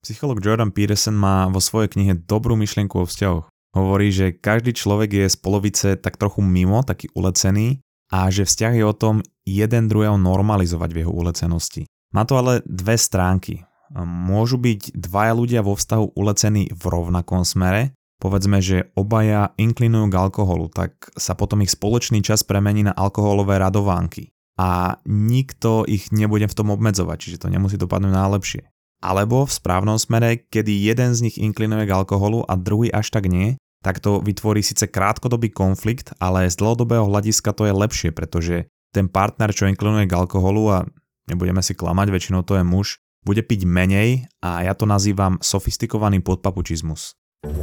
Psychológ Jordan Peterson má vo svojej knihe dobrú myšlienku o vzťahoch. Hovorí, že každý človek je z polovice tak trochu mimo, taký ulecený a že vzťah je o tom jeden druhého normalizovať v jeho ulecenosti. Má to ale dve stránky. Môžu byť dvaja ľudia vo vzťahu ulecení v rovnakom smere, povedzme, že obaja inklinujú k alkoholu, tak sa potom ich spoločný čas premení na alkoholové radovánky. A nikto ich nebude v tom obmedzovať, čiže to nemusí dopadnúť najlepšie. Alebo v správnom smere, kedy jeden z nich inklinuje k alkoholu a druhý až tak nie, tak to vytvorí síce krátkodobý konflikt, ale z dlhodobého hľadiska to je lepšie, pretože ten partner, čo inklinuje k alkoholu, a nebudeme si klamať, väčšinou to je muž, bude piť menej a ja to nazývam sofistikovaný podpapučizmus.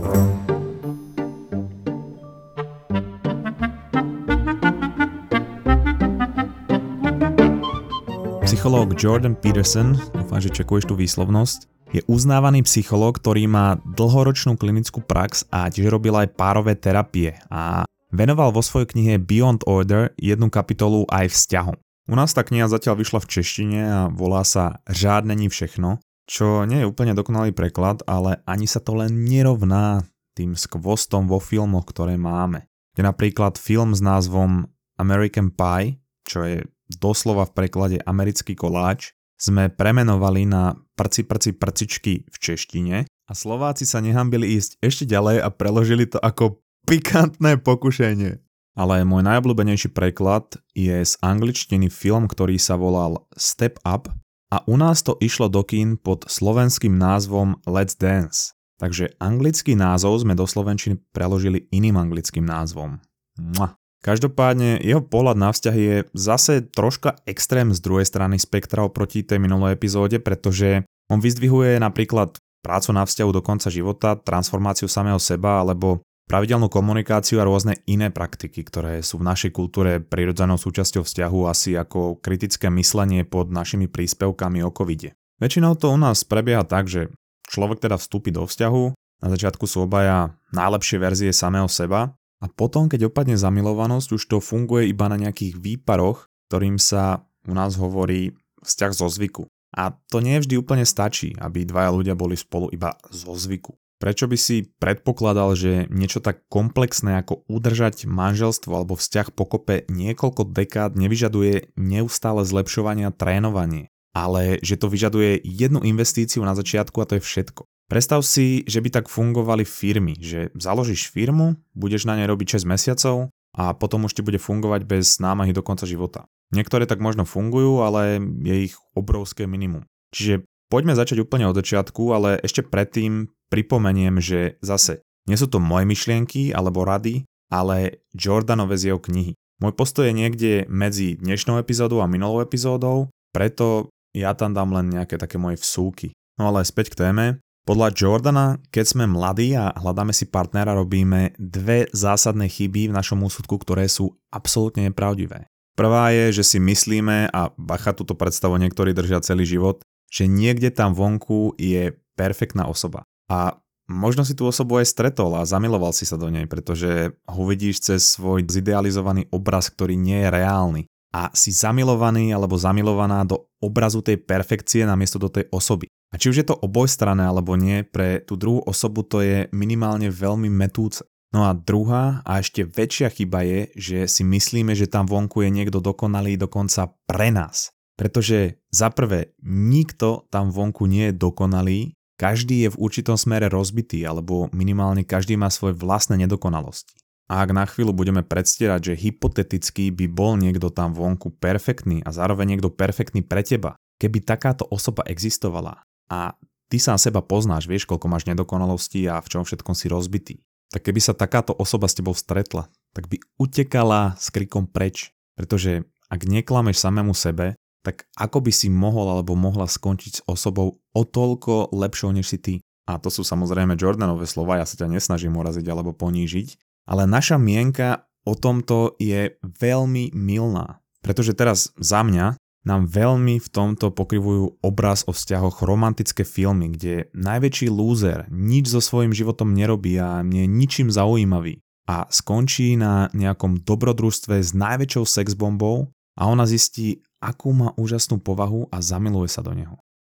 Psychológ Jordan Peterson, dúfam, že čekuješ tú výslovnosť, je uznávaný psychológ, ktorý má dlhoročnú klinickú prax a tiež robil aj párové terapie a venoval vo svojej knihe Beyond Order jednu kapitolu aj vzťahom. U nás tá kniha zatiaľ vyšla v češtine a volá sa Řád není všechno, čo nie je úplne dokonalý preklad, ale ani sa to len nerovná tým skvostom vo filmoch, ktoré máme. Je napríklad film s názvom American Pie, čo je doslova v preklade americký koláč, sme premenovali na prcičky v češtine a Slováci sa nehambili ísť ešte ďalej a preložili to ako pikantné pokušenie. Ale môj najobľúbenejší preklad je z angličtiny film, ktorý sa volal Step Up a u nás to išlo do kín pod slovenským názvom Let's Dance. Takže anglický názov sme do slovenčiny preložili iným anglickým názvom. Každopádne jeho pohľad na vzťahy je zase troška extrém z druhej strany spektra oproti tej minulej epizóde, pretože on vyzdvihuje napríklad prácu na vzťahu do konca života, transformáciu samého seba alebo pravidelnú komunikáciu a rôzne iné praktiky, ktoré sú v našej kultúre prirodzenou súčasťou vzťahu, asi ako kritické myslenie pod našimi príspevkami o covide. Väčšinou to u nás prebieha tak, že človek teda vstúpi do vzťahu, na začiatku sú obaja najlepšie verzie samého seba, a potom, keď opadne zamilovanosť, už to funguje iba na nejakých výparoch, ktorým sa u nás hovorí vzťah zo zvyku. A to nie vždy úplne stačí, aby dvaja ľudia boli spolu iba zo zvyku. Prečo by si predpokladal, že niečo tak komplexné ako udržať manželstvo alebo vzťah pokope niekoľko dekád nevyžaduje neustále zlepšovanie a trénovanie, ale že to vyžaduje jednu investíciu na začiatku a to je všetko. Predstav si, že by tak fungovali firmy, že založíš firmu, budeš na nej robiť 6 mesiacov a potom už ti bude fungovať bez námahy do konca života. Niektoré tak možno fungujú, ale je ich obrovské minimum. Čiže poďme začať úplne od začiatku, ale ešte predtým pripomeniem, že zase nie sú to moje myšlienky alebo rady, ale Jordanove z jeho knihy. Môj postoj je niekde medzi dnešnou epizódou a minulou epizódou, preto ja tam dám len nejaké také moje vsúky. No ale späť k téme. Podľa Jordana, keď sme mladí a hľadáme si partnera, robíme dve zásadné chyby v našom úsudku, ktoré sú absolútne nepravdivé. Prvá je, že si myslíme, a bacha, túto predstavu niektorí držia celý život, že niekde tam vonku je perfektná osoba. A možno si tú osobu aj stretol a zamiloval si sa do nej, pretože ho vidíš cez svoj zidealizovaný obraz, ktorý nie je reálny. A si zamilovaný alebo zamilovaná do obrazu tej perfekcie namiesto do tej osoby. A či už je to obojstranné alebo nie, pre tú druhú osobu to je minimálne veľmi mätúce. No a druhá a ešte väčšia chyba je, že si myslíme, že tam vonku je niekto dokonalý dokonca pre nás. Pretože za prvé, nikto tam vonku nie je dokonalý, každý je v určitom smere rozbitý alebo minimálne každý má svoje vlastné nedokonalosti. A ak na chvíľu budeme predstierať, že hypoteticky by bol niekto tam vonku perfektný a zároveň niekto perfektný pre teba, keby takáto osoba existovala a ty sám seba poznáš, vieš, koľko máš nedokonalostí a v čom všetkom si rozbitý, tak keby sa takáto osoba s tebou stretla, tak by utekala s krikom preč. Pretože ak neklameš samému sebe, tak ako by si mohol alebo mohla skončiť s osobou o toľko lepšou než si ty. A to sú samozrejme Jordanove slova, ja sa ťa nesnažím uraziť alebo ponížiť, ale naša mienka o tomto je veľmi mylná. Pretože teraz za mňa nám veľmi v tomto pokrivujú obraz o vzťahoch romantické filmy, kde najväčší lúzer nič so svojím životom nerobí a nie je ničím zaujímavý a skončí na nejakom dobrodružstve s najväčšou sexbombou a ona zistí, akú má úžasnú povahu a zamiluje sa do neho.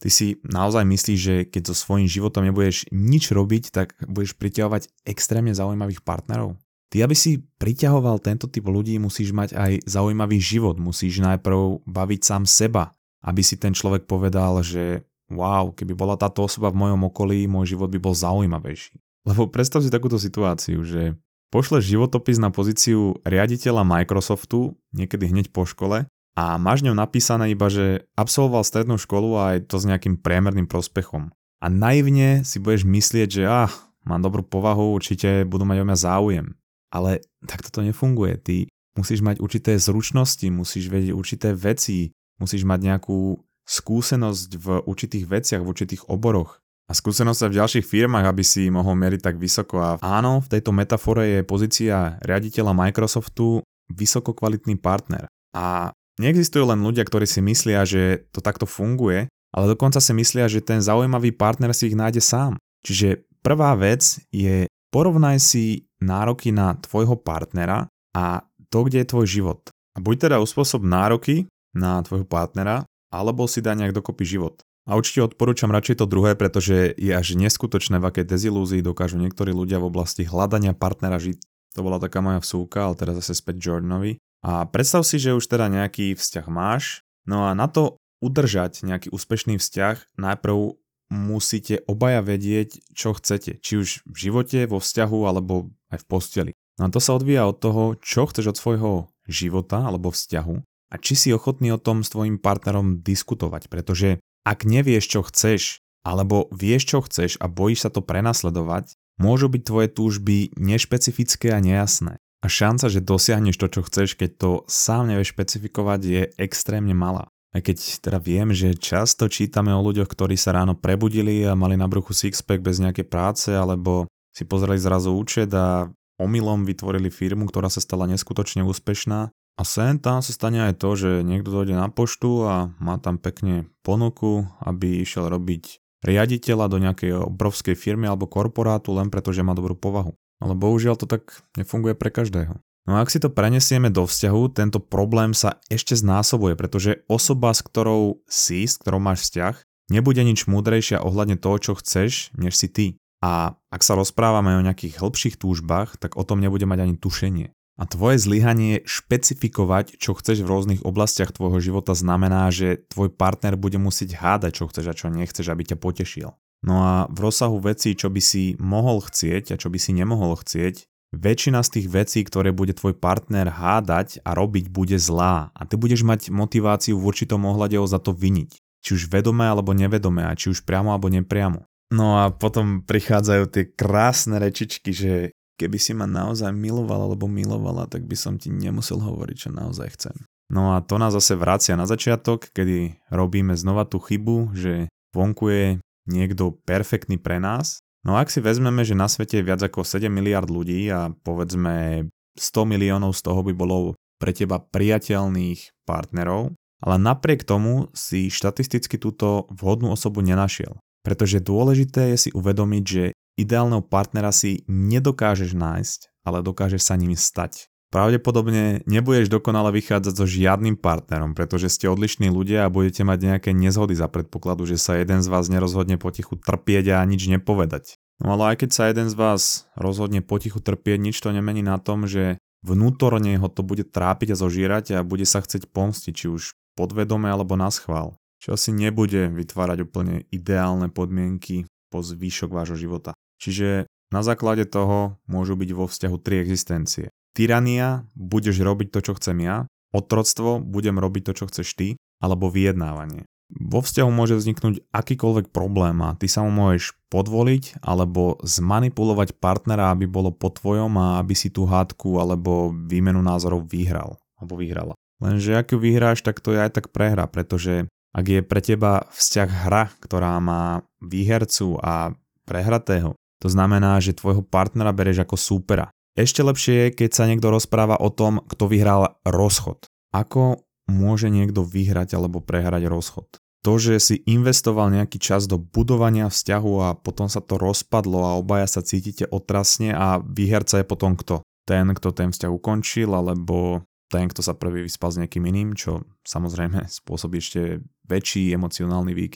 Ty si naozaj myslíš, že keď so svojím životom nebudeš nič robiť, tak budeš priťahovať extrémne zaujímavých partnerov? Ty, aby si priťahoval tento typ ľudí, musíš mať aj zaujímavý život. Musíš najprv baviť sám seba, aby si ten človek povedal, že wow, keby bola táto osoba v mojom okolí, môj život by bol zaujímavejší. Lebo predstav si takúto situáciu, že pošleš životopis na pozíciu riaditeľa Microsoftu niekedy hneď po škole a máš ňou napísané iba, že absolvoval strednú školu a aj to s nejakým priemerným prospechom. A naivne si budeš myslieť, že mám dobrú povahu, určite budú mať o mňa záujem. Ale takto to nefunguje. Ty musíš mať určité zručnosti, musíš vedieť určité veci, musíš mať nejakú skúsenosť v určitých veciach, v určitých oboroch. A skúsenosť sa v ďalších firmách, aby si mohol meriť tak vysoko. A áno, v tejto metafore je pozícia riaditeľa Microsoftu vysoko kvalitný partner. A neexistujú len ľudia, ktorí si myslia, že to takto funguje, ale dokonca si myslia, že ten zaujímavý partner si ich nájde sám. Čiže prvá vec je porovnaj si nároky na tvojho partnera a to, kde je tvoj život. A buď teda uspôsob nároky na tvojho partnera, alebo si dá nejak dokopy život. A určite odporúčam radšej to druhé, pretože je až neskutočné, v akej dezilúzii dokážu niektorí ľudia v oblasti hľadania partnera žiť. To bola taká moja vsúka, ale teraz zase späť Jordanovi. A predstav si, že už teda nejaký vzťah máš, no a na to udržať nejaký úspešný vzťah, najprv musíte obaja vedieť, čo chcete. Či už v živote, vo vzťahu, alebo aj v posteli. No a to sa odvíja od toho, čo chceš od svojho života alebo vzťahu a či si ochotný o tom s tvojim partnerom diskutovať, pretože ak nevieš, čo chceš, alebo vieš, čo chceš a bojíš sa to prenasledovať, môžu byť tvoje túžby nešpecifické a nejasné. A šanca, že dosiahneš to, čo chceš, keď to sám nevieš špecifikovať, je extrémne malá. Aj keď teda viem, že často čítame o ľuďoch, ktorí sa ráno prebudili a mali na bruchu sixpack bez nejakej práce, alebo si pozreli zrazu účet a omylom vytvorili firmu, ktorá sa stala neskutočne úspešná. A sem tam sa stane aj to, že niekto dojde na poštu a má tam pekne ponuku, aby išiel robiť riaditeľa do nejakej obrovskej firmy alebo korporátu len preto, že má dobrú povahu. Ale bohužiaľ to tak nefunguje pre každého. No a ak si to prenesieme do vzťahu, tento problém sa ešte znásobuje, pretože osoba, s ktorou máš vzťah, nebude nič múdrejšia ohľadne toho, čo chceš, než si ty. A ak sa rozprávame o nejakých hĺbších túžbách, tak o tom nebude mať ani tušenie. A tvoje zlyhanie špecifikovať, čo chceš v rôznych oblastiach tvojho života znamená, že tvoj partner bude musieť hádať, čo chceš a čo nechceš, aby ťa potešil. No a v rozsahu vecí, čo by si mohol chcieť a čo by si nemohol chcieť, väčšina z tých vecí, ktoré bude tvoj partner hádať a robiť, bude zlá a ty budeš mať motiváciu v určitom ohľade ho za to viniť. Či už vedomé alebo nevedomé a či už priamo alebo nepriamo. No a potom prichádzajú tie krásne rečičky, že keby si ma naozaj miloval alebo milovala, tak by som ti nemusel hovoriť, čo naozaj chcem. No a to nás zase vracia na začiatok, kedy robíme znova tú chybu, že vonku je niekto perfektný pre nás. No a ak si vezmeme, že na svete je viac ako 7 miliard ľudí a povedzme 100 miliónov z toho by bolo pre teba priateľných partnerov, ale napriek tomu si štatisticky túto vhodnú osobu nenašiel. Pretože dôležité je si uvedomiť, že ideálneho partnera si nedokážeš nájsť, ale dokážeš sa ním stať. Pravdepodobne nebudeš dokonale vychádzať so žiadnym partnerom, pretože ste odlišní ľudia a budete mať nejaké nezhody za predpokladu, že sa jeden z vás nerozhodne potichu trpieť a nič nepovedať. No ale aj keď sa jeden z vás rozhodne potichu trpieť, nič to nemení na tom, že vnútorne ho to bude trápiť a zožírať a bude sa chcieť pomstiť, či už podvedome alebo naschvál. Čo si nebude vytvárať úplne ideálne podmienky po zvyšok vášho života. Čiže na základe toho môžu byť vo vzťahu 3 existencie. Tyrania, budeš robiť to, čo chcem ja, otroctvo, budem robiť to, čo chceš ty, alebo vyjednávanie. Vo vzťahu môže vzniknúť akýkoľvek problém a ty sa mu môžeš podvoliť alebo zmanipulovať partnera, aby bolo po tvojom a aby si tú hádku alebo výmenu názorov vyhral alebo vyhrala. Lenže ak ju vyhráš, tak to je aj tak prehra, pretože ak je pre teba vzťah hra, ktorá má výhercu a prehratého, to znamená, že tvojho partnera bereš ako súpera. Ešte lepšie je, keď sa niekto rozpráva o tom, kto vyhral rozchod. Ako môže niekto vyhrať alebo prehrať rozchod? To, že si investoval nejaký čas do budovania vzťahu a potom sa to rozpadlo a obaja sa cítite otrasne a výherca je potom kto? Ten, kto ten vzťah ukončil, alebo ten, kto sa prvý vyspal s niekým iným, čo samozrejme spôsobí ešte väčší emocionálny výkyv.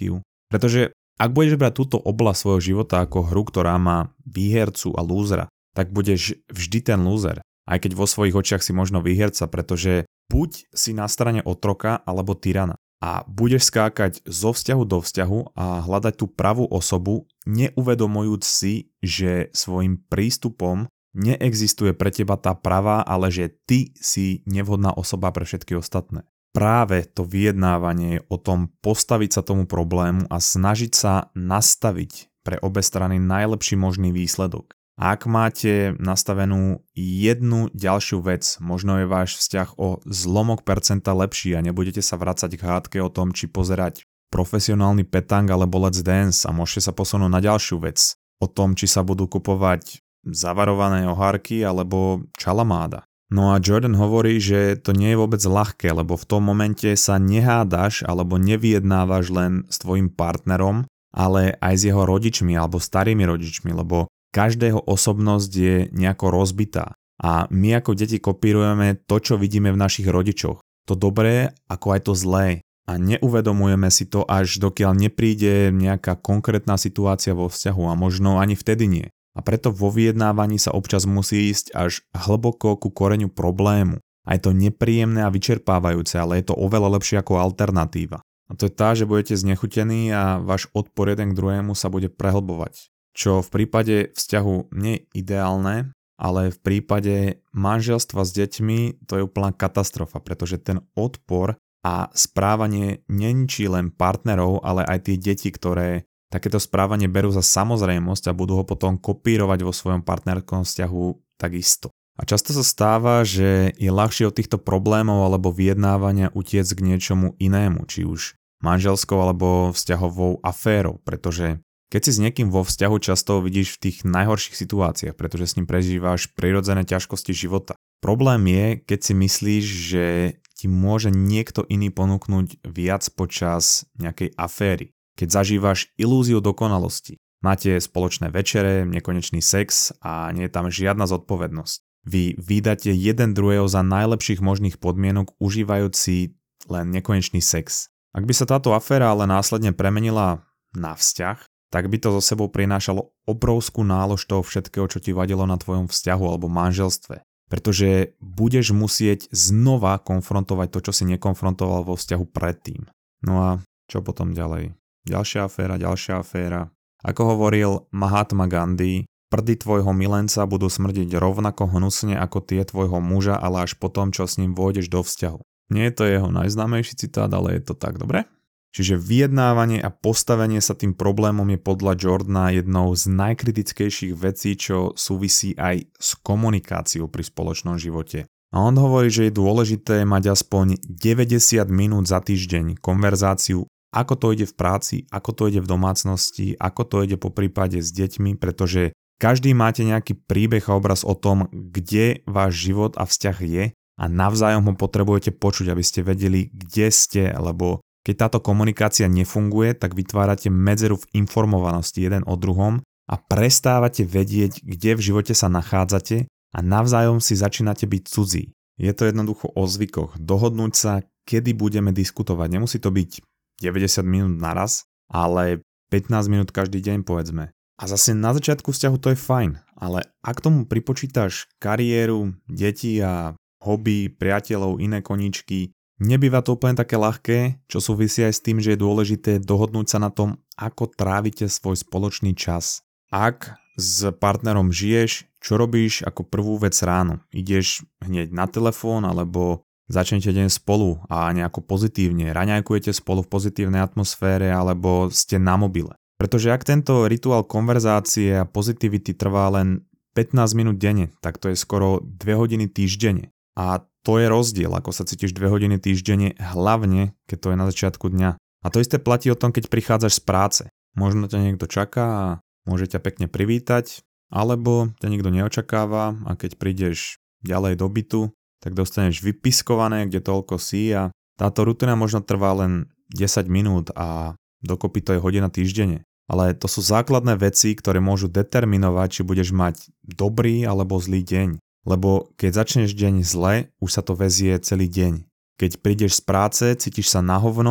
Pretože ak budeš brať túto oblasť svojho života ako hru, ktorá má výhercu a lúzera, tak budeš vždy ten lúzer. Aj keď vo svojich očiach si možno výherca, pretože buď si na strane otroka alebo tyrana. A budeš skákať zo vzťahu do vzťahu a hľadať tú pravú osobu, neuvedomujúc si, že svojim prístupom neexistuje pre teba tá pravá, ale že ty si nevhodná osoba pre všetky ostatné. Práve to vyjednávanie je o tom postaviť sa tomu problému a snažiť sa nastaviť pre obe strany najlepší možný výsledok. A ak máte nastavenú jednu ďalšiu vec, možno je váš vzťah o zlomok percenta lepší a nebudete sa vracať k hádke o tom, či pozerať profesionálny petang alebo let's dance a môžete sa posunúť na ďalšiu vec, o tom, či sa budú kupovať zavarované ohárky alebo čalamáda. No a Jordan hovorí, že to nie je vôbec ľahké, lebo v tom momente sa nehádaš alebo nevyjednávaš len s tvojim partnerom, ale aj s jeho rodičmi alebo starými rodičmi, lebo každého osobnosť je nejako rozbitá. A my ako deti kopírujeme to, čo vidíme v našich rodičoch. To dobré, ako aj to zlé. A neuvedomujeme si to, až dokiaľ nepríde nejaká konkrétna situácia vo vzťahu a možno ani vtedy nie. A preto vo vyjednávaní sa občas musí ísť až hlboko ku koreňu problému. A je to nepríjemné a vyčerpávajúce, ale je to oveľa lepšie ako alternatíva. A to je tá, že budete znechutení a váš odpor jeden k druhému sa bude prehlbovať. Čo v prípade vzťahu nie je ideálne, ale v prípade manželstva s deťmi to je úplná katastrofa, pretože ten odpor a správanie neničí len partnerov, ale aj tie deti, ktoré takéto správanie berú za samozrejmosť a budú ho potom kopírovať vo svojom partnerskom vzťahu takisto. A často sa stáva, že je ľahšie od týchto problémov alebo vyjednávania utiec k niečomu inému, či už manželskou alebo vzťahovou aférou, pretože keď si s niekým vo vzťahu, často vidíš v tých najhorších situáciách, pretože s ním prežíváš prirodzené ťažkosti života. Problém je, keď si myslíš, že ti môže niekto iný ponúknuť viac počas nejakej aféry. Keď zažívaš ilúziu dokonalosti. Máte spoločné večere, nekonečný sex a nie je tam žiadna zodpovednosť. Vy vydáte jeden druhého za najlepších možných podmienok, užívajúci len nekonečný sex. Ak by sa táto aféra ale následne premenila na vzťah, tak by to so sebou prinášalo obrovskú nálož toho všetkého, čo ti vadilo na tvojom vzťahu alebo manželstve. Pretože budeš musieť znova konfrontovať to, čo si nekonfrontoval vo vzťahu predtým. No a čo potom ďalej? Ďalšia aféra. Ako hovoril Mahatma Gandhi, prdy tvojho milenca budú smrdiť rovnako hnusne ako tie tvojho muža, ale až potom, čo s ním vôjdeš do vzťahu. Nie je to jeho najznámejší citát, ale je to tak, dobre? Čiže vyjednávanie a postavenie sa tým problémom je podľa Jordana jednou z najkritickejších vecí, čo súvisí aj s komunikáciou pri spoločnom živote. A on hovorí, že je dôležité mať aspoň 90 minút za týždeň konverzáciu, ako to ide v práci, ako to ide v domácnosti, ako to ide po prípade s deťmi, pretože každý máte nejaký príbeh a obraz o tom, kde váš život a vzťah je a navzájom ho potrebujete počuť, aby ste vedeli, kde ste, lebo keď táto komunikácia nefunguje, tak vytvárate medzeru v informovanosti jeden o druhom a prestávate vedieť, kde v živote sa nachádzate a navzájom si začínate byť cudzí. Je to jednoducho o zvykoch. Dohodnúť sa, kedy budeme diskutovať. Nemusí to byť 90 minút naraz, ale 15 minút každý deň povedzme. A zase na začiatku vzťahu to je fajn, ale ak tomu pripočítaš kariéru, deti a hobby, priateľov, iné koníčky, nebýva to úplne také ľahké, čo súvisí aj s tým, že je dôležité dohodnúť sa na tom, ako trávite svoj spoločný čas. Ak s partnerom žiješ, čo robíš ako prvú vec ráno? Ideš hneď na telefón alebo začnete deň spolu a nejako pozitívne, raňajkujete spolu v pozitívnej atmosfére alebo ste na mobile. Pretože ak tento rituál konverzácie a positivity trvá len 15 minút denne, tak to je skoro 2 hodiny týždenne. A to je rozdiel, ako sa cítiš 2 hodiny týždenne, hlavne keď to je na začiatku dňa. A to isté platí o tom, keď prichádzaš z práce. Možno ťa niekto čaká a môže ťa pekne privítať, alebo ťa nikto neočakáva a keď prídeš ďalej do bytu, tak dostaneš vypiskované, kde toľko si a táto rutina možno trvá len 10 minút a dokopy to je hodina týždenne. Ale to sú základné veci, ktoré môžu determinovať, či budeš mať dobrý alebo zlý deň. Lebo keď začneš deň zle, už sa to vezie celý deň. Keď prídeš z práce, cítiš sa na hovno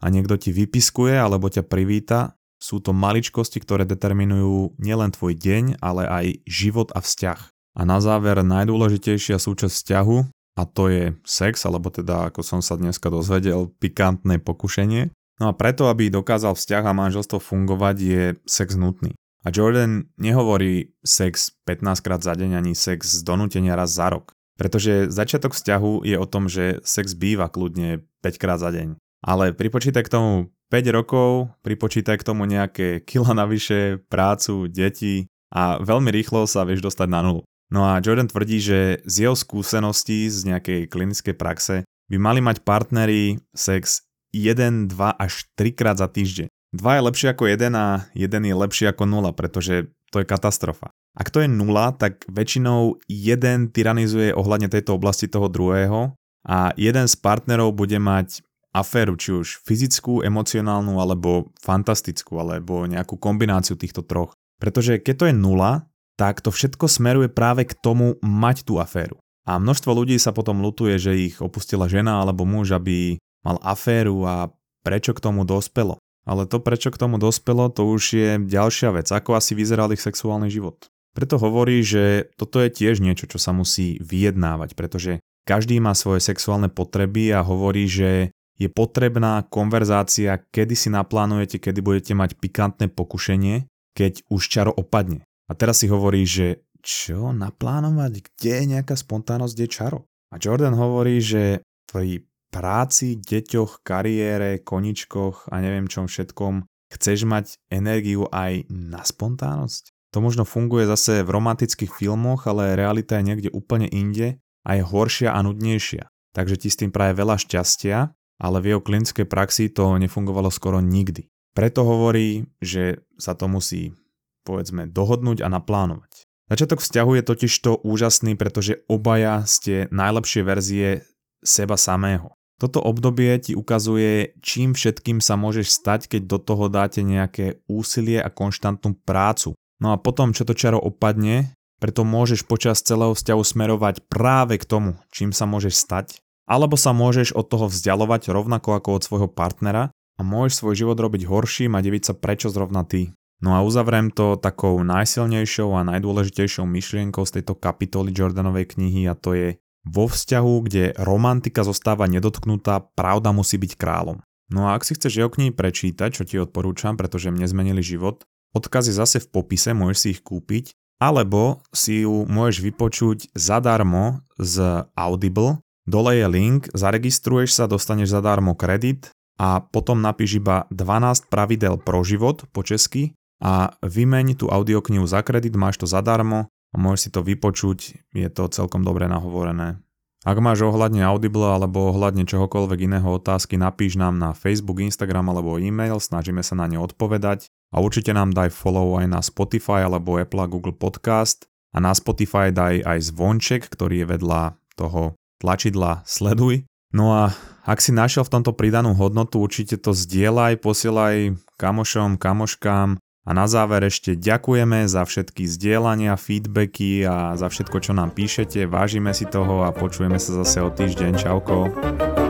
a niekto ti vypiskuje alebo ťa privíta, sú to maličkosti, ktoré determinujú nielen tvoj deň, ale aj život a vzťah. A na záver najdôležitejšia súčasť vzťahu, a to je sex, alebo teda, ako som sa dneska dozvedel, pikantné pokušenie. No a preto, aby dokázal vzťah a manželstvo fungovať, je sex nutný. A Jordan nehovorí sex 15 krát za deň ani sex z donútenia raz za rok. Pretože začiatok vzťahu je o tom, že sex býva kľudne 5 krát za deň. Ale pripočítaj k tomu 5 rokov, pripočítaj k tomu nejaké kila navyše, prácu, deti a veľmi rýchlo sa vieš dostať na nulu. No a Jordan tvrdí, že z jeho skúseností z nejakej klinickej praxe by mali mať partneri sex 1, 2 až 3 krát za týždeň. 2 je lepšie ako 1 a 1 je lepšie ako 0, pretože to je katastrofa. Ak to je 0, tak väčšinou jeden tyranizuje ohľadne tejto oblasti toho druhého a jeden z partnerov bude mať aféru, či už fyzickú, emocionálnu, alebo fantastickú, alebo nejakú kombináciu týchto troch. Pretože keď to je 0, tak to všetko smeruje práve k tomu mať tú aféru. A množstvo ľudí sa potom ľutuje, že ich opustila žena alebo muž, aby mal aféru a prečo k tomu dospelo. Ale to, prečo k tomu dospelo, to už je ďalšia vec, ako asi vyzeral ich sexuálny život. Preto hovorí, že toto je tiež niečo, čo sa musí vyjednávať, pretože každý má svoje sexuálne potreby a hovorí, že je potrebná konverzácia, kedy si naplánujete, kedy budete mať pikantné pokušenie, keď už čaro opadne. A teraz si hovorí, že čo naplánovať, kde je nejaká spontánnosť, kde je čaro. A Jordan hovorí, že pri práci, deťoch, kariére, koničkoch a neviem čom všetkom chceš mať energiu aj na spontánnosť. To možno funguje zase v romantických filmoch, ale realita je niekde úplne inde a je horšia a nudnejšia. Takže ti s tým praje veľa šťastia, ale v jeho klinickej praxi to nefungovalo skoro nikdy. Preto hovorí, že sa to musí, povedzme, dohodnúť a naplánovať. Začiatok vzťahu je totižto úžasný, pretože obaja ste najlepšie verzie seba samého. Toto obdobie ti ukazuje, čím všetkým sa môžeš stať, keď do toho dáte nejaké úsilie a konštantnú prácu. No a potom, čo to čaro opadne, preto môžeš počas celého vzťahu smerovať práve k tomu, čím sa môžeš stať, alebo sa môžeš od toho vzdialovať rovnako ako od svojho partnera a môžeš svoj život robiť horším a diviť sa prečo zrovna ty. No a uzavriem to takou najsilnejšou a najdôležitejšou myšlienkou z tejto kapitoly Jordanovej knihy a to je: vo vzťahu, kde romantika zostáva nedotknutá, pravda musí byť kráľom. No a ak si chceš jeho knihy prečítať, čo ti odporúčam, pretože mne zmenili život, odkaz je zase v popise, môžeš si ich kúpiť, alebo si ju môžeš vypočuť zadarmo z Audible. Dole je link, zaregistruješ sa, dostaneš zadarmo kredit a potom napíš iba 12 pravidel pro život po česky a vymeň tú audioknihu za kredit, máš to zadarmo a môžeš si to vypočuť, je to celkom dobre nahovorené. Ak máš ohľadne Audible alebo ohľadne čohokoľvek iného otázky, napíš nám na Facebook, Instagram alebo e-mail, snažíme sa na ne odpovedať a určite nám daj follow aj na Spotify alebo Apple a Google Podcast a na Spotify daj aj zvonček, ktorý je vedľa toho tlačidla sleduj. No a ak si našiel v tomto pridanú hodnotu, určite to zdieľaj, posielaj kamošom, kamoškám. A na záver ešte ďakujeme za všetky zdieľania, feedbacky a za všetko, čo nám píšete. Vážime si toho a počujeme sa zase o týždeň. Čauko.